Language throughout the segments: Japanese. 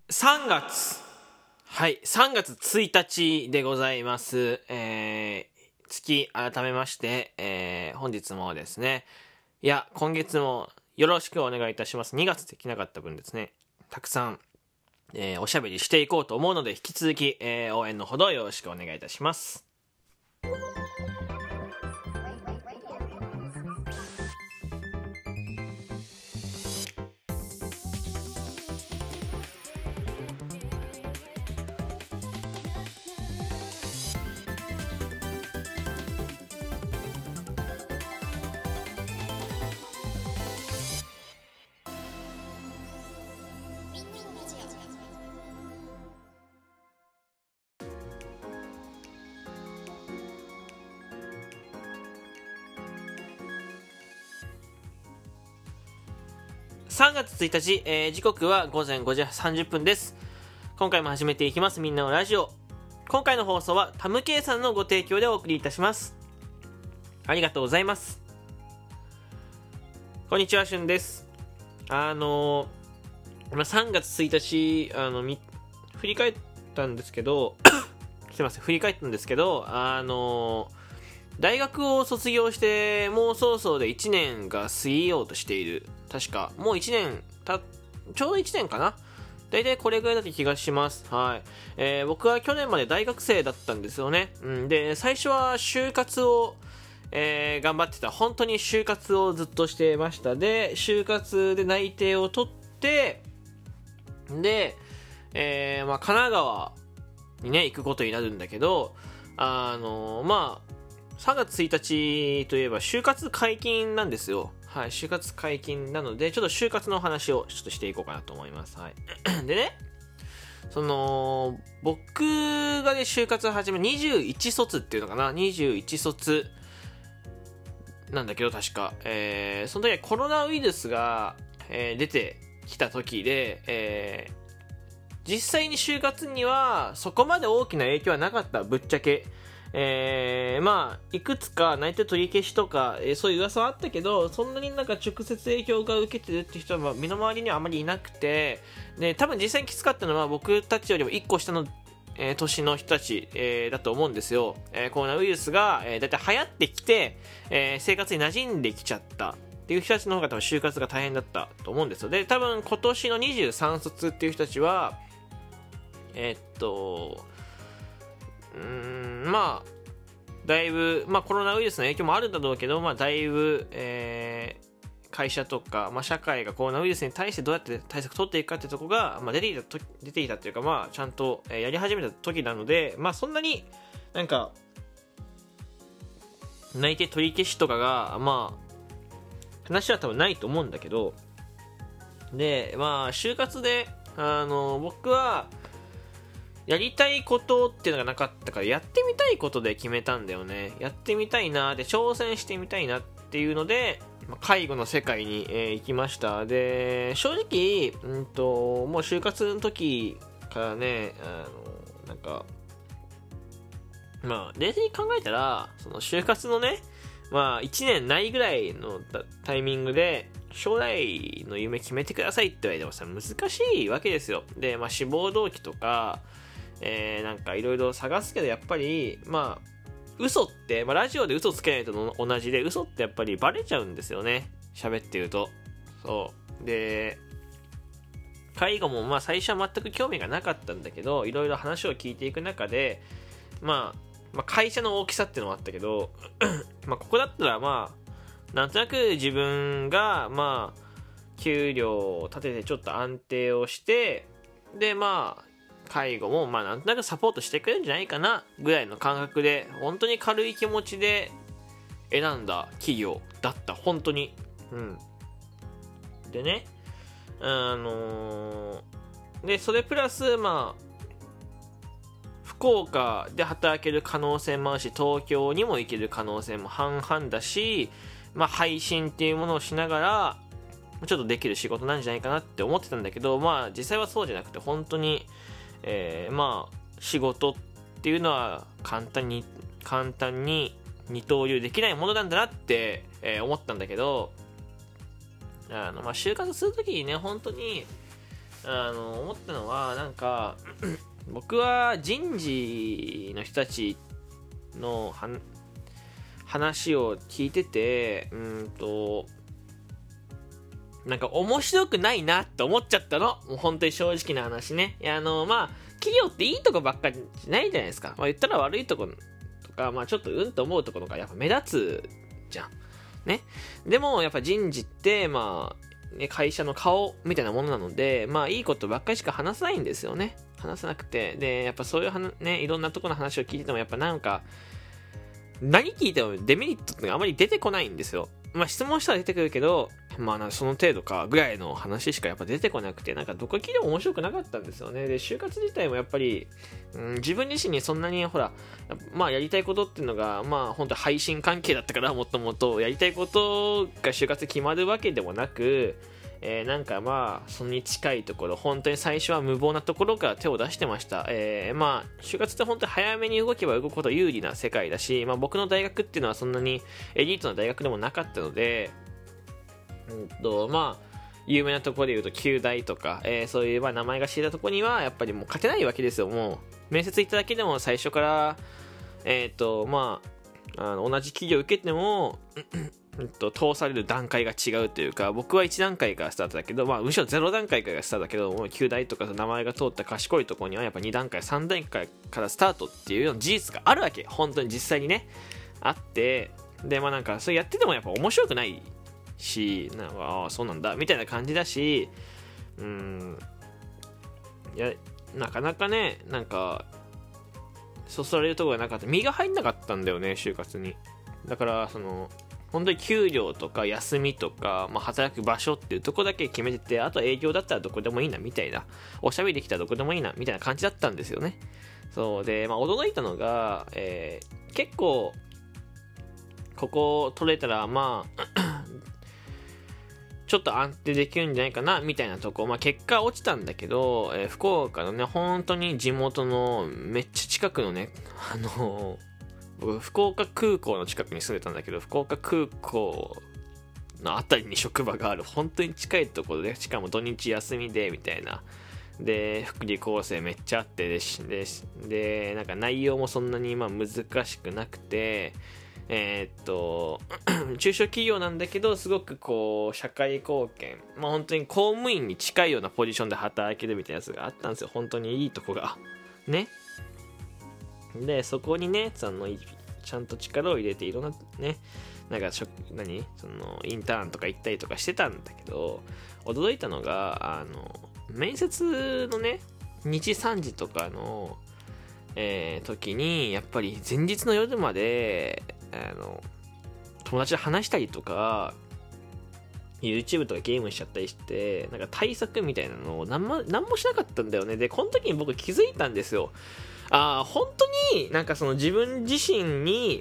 3月。はい、3月1日でございます。月改めまして、本日もですね、今月もよろしくお願いいたします。2月できなかった分ですね、たくさん、おしゃべりしていこうと思うので、引き続き、応援のほどよろしくお願いいたします。3月1日、時刻は午前5時30分です。今回も始めていきます、みんなのラジオ。今回の放送はタムケイさんのご提供でお送りいたします。ありがとうございます。こんにちは、しゅんです。3月1日振り返ったんですけどすいません、振り返ったんですけど大学を卒業してもうそろそろで1年が過ぎようとしている。確かもう1年ちょうど1年かな、大体これぐらいだった気がします。はい。僕は去年まで大学生だったんですよね。で最初は就活を頑張ってた。本当に就活をずっとしてました。で就活で内定を取ってで、神奈川にね行くことになるんだけど、3月1日といえば就活解禁なんですよ。はい、就活解禁なのでちょっと就活の話をちょっとしていこうかなと思います。はいでね、僕がね就活を始め21卒っていうのかな、21卒なんだけど確か、その時はコロナウイルスが、出てきた時で、実際に就活にはそこまで大きな影響はなかった、ぶっちゃけ。いくつか内定取り消しとか、そういう噂はあったけど、そんなになんか直接影響が受けてるって人は身の回りにはあまりいなくて、で多分実際にきつかったのは僕たちよりも1個下の、年の人たち、だと思うんですよ。コロナウイルスが、だいたい流行ってきて、生活に馴染んできちゃったっていう人たちの方が多分就活が大変だったと思うんですよ。で多分今年の23卒っていう人たちはだいぶ、コロナウイルスの影響もあるんだろうけど、だいぶ、会社とか、社会がコロナウイルスに対してどうやって対策取っていくかっていうところが、出ていたっていうか、ちゃんとやり始めた時なので、そんなになんか内定取り消しとかが話は多分ないと思うんだけど、で就活で僕はやりたいことっていうのがなかったから、やってみたいことで決めたんだよね。やってみたいなで、挑戦してみたいなっていうので、介護の世界に、行きました。で正直、もう就活の時からね、冷静に考えたら、その就活のね、1年ないぐらいのタイミングで将来の夢決めてくださいって言われてもさ、難しいわけですよ。で志望動機とかいろいろ探すけど、やっぱり嘘って、ラジオで嘘つけないと同じで、嘘ってやっぱりバレちゃうんですよね、喋ってると。そうで介護も最初は全く興味がなかったんだけど、いろいろ話を聞いていく中で会社の大きさっていうのもあったけどここだったらなんとなく自分が給料を立ててちょっと安定をして、で介護もなんとなくサポートしてくれるんじゃないかなぐらいの感覚で、本当に軽い気持ちで選んだ企業だった。本当に。でね、でそれプラス福岡で働ける可能性もあるし、東京にも行ける可能性も半々だし、配信っていうものをしながらちょっとできる仕事なんじゃないかなって思ってたんだけど、実際はそうじゃなくて、本当に仕事っていうのは簡単に二刀流できないものなんだなって、思ったんだけど、就活するときにね、本当に思ったのはなんか僕は人事の人たちの話を聞いててなんか面白くないなって思っちゃったの。もう本当に正直な話ね。いや企業っていいとこばっかりじゃないじゃないですか。言ったら悪いとことかちょっとと思うところがやっぱ目立つじゃんね。でもやっぱ人事って会社の顔みたいなものなのでいいことばっかりしか話さないんですよね。話さなくて、でやっぱそういうね、いろんなところの話を聞いててもやっぱなんか何聞いてもデメリットってあまり出てこないんですよ。質問したら出てくるけどその程度かぐらいの話しかやっぱ出てこなくて、なんかどこ聞いても面白くなかったんですよね。で就活自体もやっぱり、自分自身にそんなにほらやりたいことっていうのが本当配信関係だったから、もともとやりたいことが就活決まるわけでもなく、なんかそれに近いところ、本当に最初は無謀なところから手を出してました。就活って本当に早めに動けば動くほど有利な世界だし、僕の大学っていうのはそんなにエリートな大学でもなかったので、有名なところでいうと旧大とか、そういう名前が知れたところにはやっぱりもう勝てないわけですよ。もう面接行っただけでも最初から同じ企業を受けても通される段階が違うというか、僕は1段階からスタートだけど、むしろ0段階からスタートだけど、もう9大とか名前が通った賢いところにはやっぱ2段階3段階からスタートっていうような事実があるわけ。本当に実際にねあって、でなんかそれやっててもやっぱ面白くないし、なんかそうなんだみたいな感じだし、いやなかなかね、なんかそそられるところがなかった。身が入んなかったんだよね、就活に。だから本当に給料とか休みとか、働く場所っていうとこだけ決めてて、あと営業だったらどこでもいいなみたいな、おしゃべりできたらどこでもいいなみたいな感じだったんですよね。そうで、驚いたのが、結構ここ取れたらちょっと安定できるんじゃないかなみたいなとこ、結果落ちたんだけど、福岡のね、本当に地元のめっちゃ近くのね、僕福岡空港の近くに住んでたんだけど、福岡空港のあたりに職場がある本当に近いところで、しかも土日休みでみたいな、で福利厚生めっちゃあってでなんか内容もそんなに難しくなくて、中小企業なんだけど、すごく社会貢献、本当に公務員に近いようなポジションで働けるみたいなやつがあったんですよ。本当にいいとこがね。でそこにね、ちゃんと力を入れていろんなね、なんかインターンとか行ったりとかしてたんだけど、驚いたのが面接のね2時3時とかの、時にやっぱり前日の夜まで友達と話したりとか YouTube とかゲームしちゃったりして、なんか対策みたいなのを何もしなかったんだよね。でこの時に僕気づいたんですよ。本当になんか自分自身に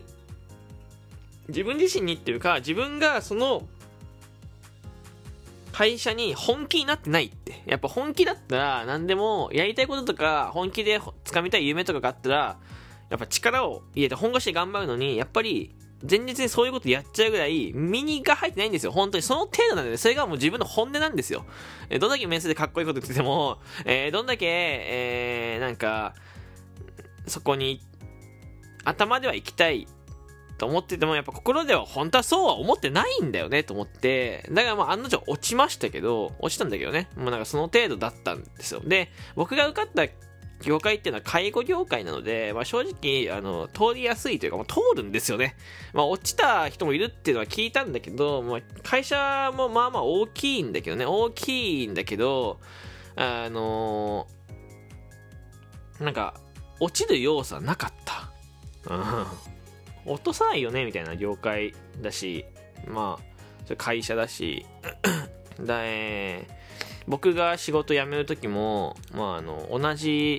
っていうか、自分がその会社に本気になってないって。やっぱ本気だったら何でもやりたいこととか本気で掴みたい夢とかがあったらやっぱ力を入れて本腰で頑張るのに、やっぱり前日にそういうことやっちゃうぐらい身にが入ってないんですよ。本当にその程度なので、それがもう自分の本音なんですよ。どんだけ面接でかっこいいこと言ってても、どんだけ、なんかそこに頭では行きたいと思ってても、やっぱ心では本当はそうは思ってないんだよねと思って、だから案の定落ちたんだけどね、もうなんかその程度だったんですよ。で僕が受かった業界っていうのは介護業界なので、正直通りやすいというか、通るんですよね。落ちた人もいるっていうのは聞いたんだけど、会社も大きいんだけどなんか落ちる要素はなかった。落とさないよねみたいな業界だし、会社だし僕が仕事辞める時も、同じ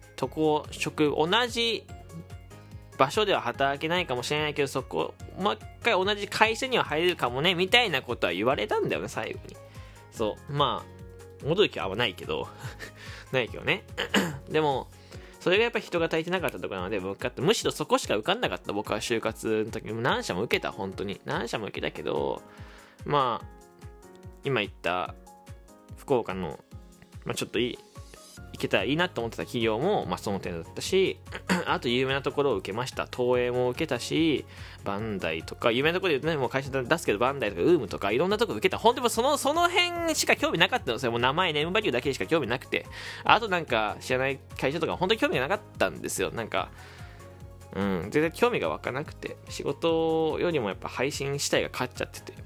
場所では働けないかもしれないけど、そこもう一回同じ会社には入れるかもねみたいなことは言われたんだよね、最後に。そう戻る気はあんまないけどないけどねでもそれがやっぱり人が足りてなかったところなので、むしろそこしか受かんなかった。僕は就活の時に何社も受けた。本当に何社も受けたけど、今言った福岡のちょっといけたらいいなと思ってた企業も、その点だったしあと有名なところを受けました。東映も受けたし、バンダイとか有名なところで言うとね、もう会社出すけどバンダイとかウームとかいろんなところ受けた。本当にその辺しか興味なかったんですよ。もう名前ネームバリューだけしか興味なくて、あとなんか知らない会社とか本当に興味がなかったんですよ。なんか全然興味が湧かなくて、仕事よりもやっぱ配信自体が勝っちゃってて、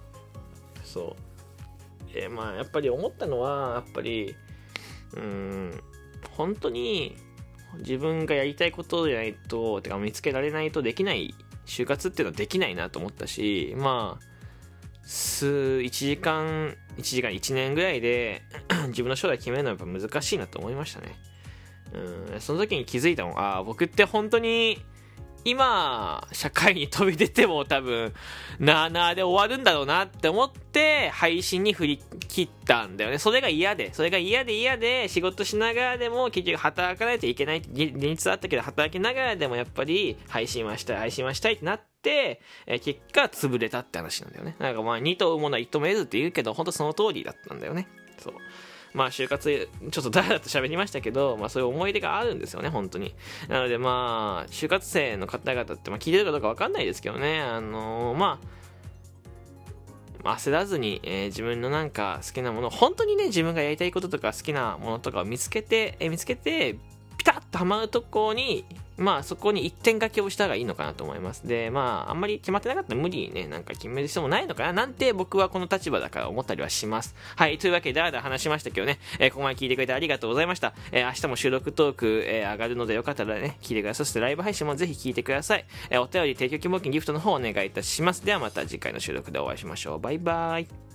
そうやっぱり思ったのは、やっぱり本当に自分がやりたいことじゃないと、てか見つけられないとできない就活っていうのはできないなと思ったし、1時間1年ぐらいで自分の将来決めるのはやっぱ難しいなと思いましたね。その時に気づいたもん、僕って本当に今社会に飛び出ても多分なあなあで終わるんだろうなって思って配信に振り切ったんだよね。それが嫌で仕事しながらでも結局働かないといけない現実あったけど、働きながらでもやっぱり配信はしたいってなって、結果潰れたって話なんだよね。なんか二と追うものは一とも得ずって言うけど、本当その通りだったんだよね。そう、就活ちょっとだらだらと喋りましたけど、そういう思い出があるんですよね、本当に。なので就活生の方々って聞いてるかどうか分かんないですけどね、焦らずに、自分のなんか好きなもの、本当にね自分がやりたいこととか好きなものとかを見つけてピタッとハマるとこにそこに一点掛けをした方がいいのかなと思います。であんまり決まってなかったら無理にねなんか決める必要もないのかななんて僕はこの立場だから思ったりはします。はい、というわけでだらだら話しましたけどね、ここまで聞いてくれてありがとうございました。明日も収録トーク、上がるのでよかったらね聞いてください。そしてライブ配信もぜひ聞いてください。お便り提供希望金ギフトの方お願いいたします。ではまた次回の収録でお会いしましょう。バイバイ。